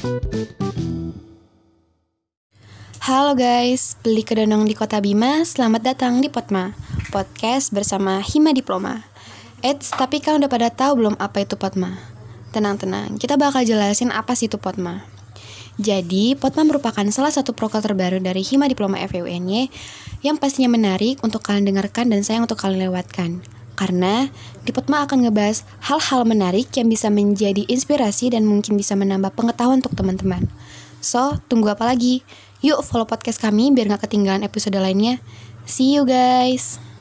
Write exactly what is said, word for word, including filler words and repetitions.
Halo guys, beli kedondong di Kota Bima, selamat datang di Potma, podcast bersama Hima Diploma. Eits, tapi kan udah pada tahu belum apa itu Potma? Tenang-tenang, kita bakal jelasin apa sih itu Potma. Jadi, Potma merupakan salah satu program terbaru dari Hima Diploma F E U N Y yang pastinya menarik untuk kalian dengarkan dan sayang untuk kalian lewatkan. Karena di Potma akan ngebahas hal-hal menarik yang bisa menjadi inspirasi dan mungkin bisa menambah pengetahuan untuk teman-teman. So, tunggu apa lagi? Yuk follow podcast kami biar gak ketinggalan episode lainnya. See you guys!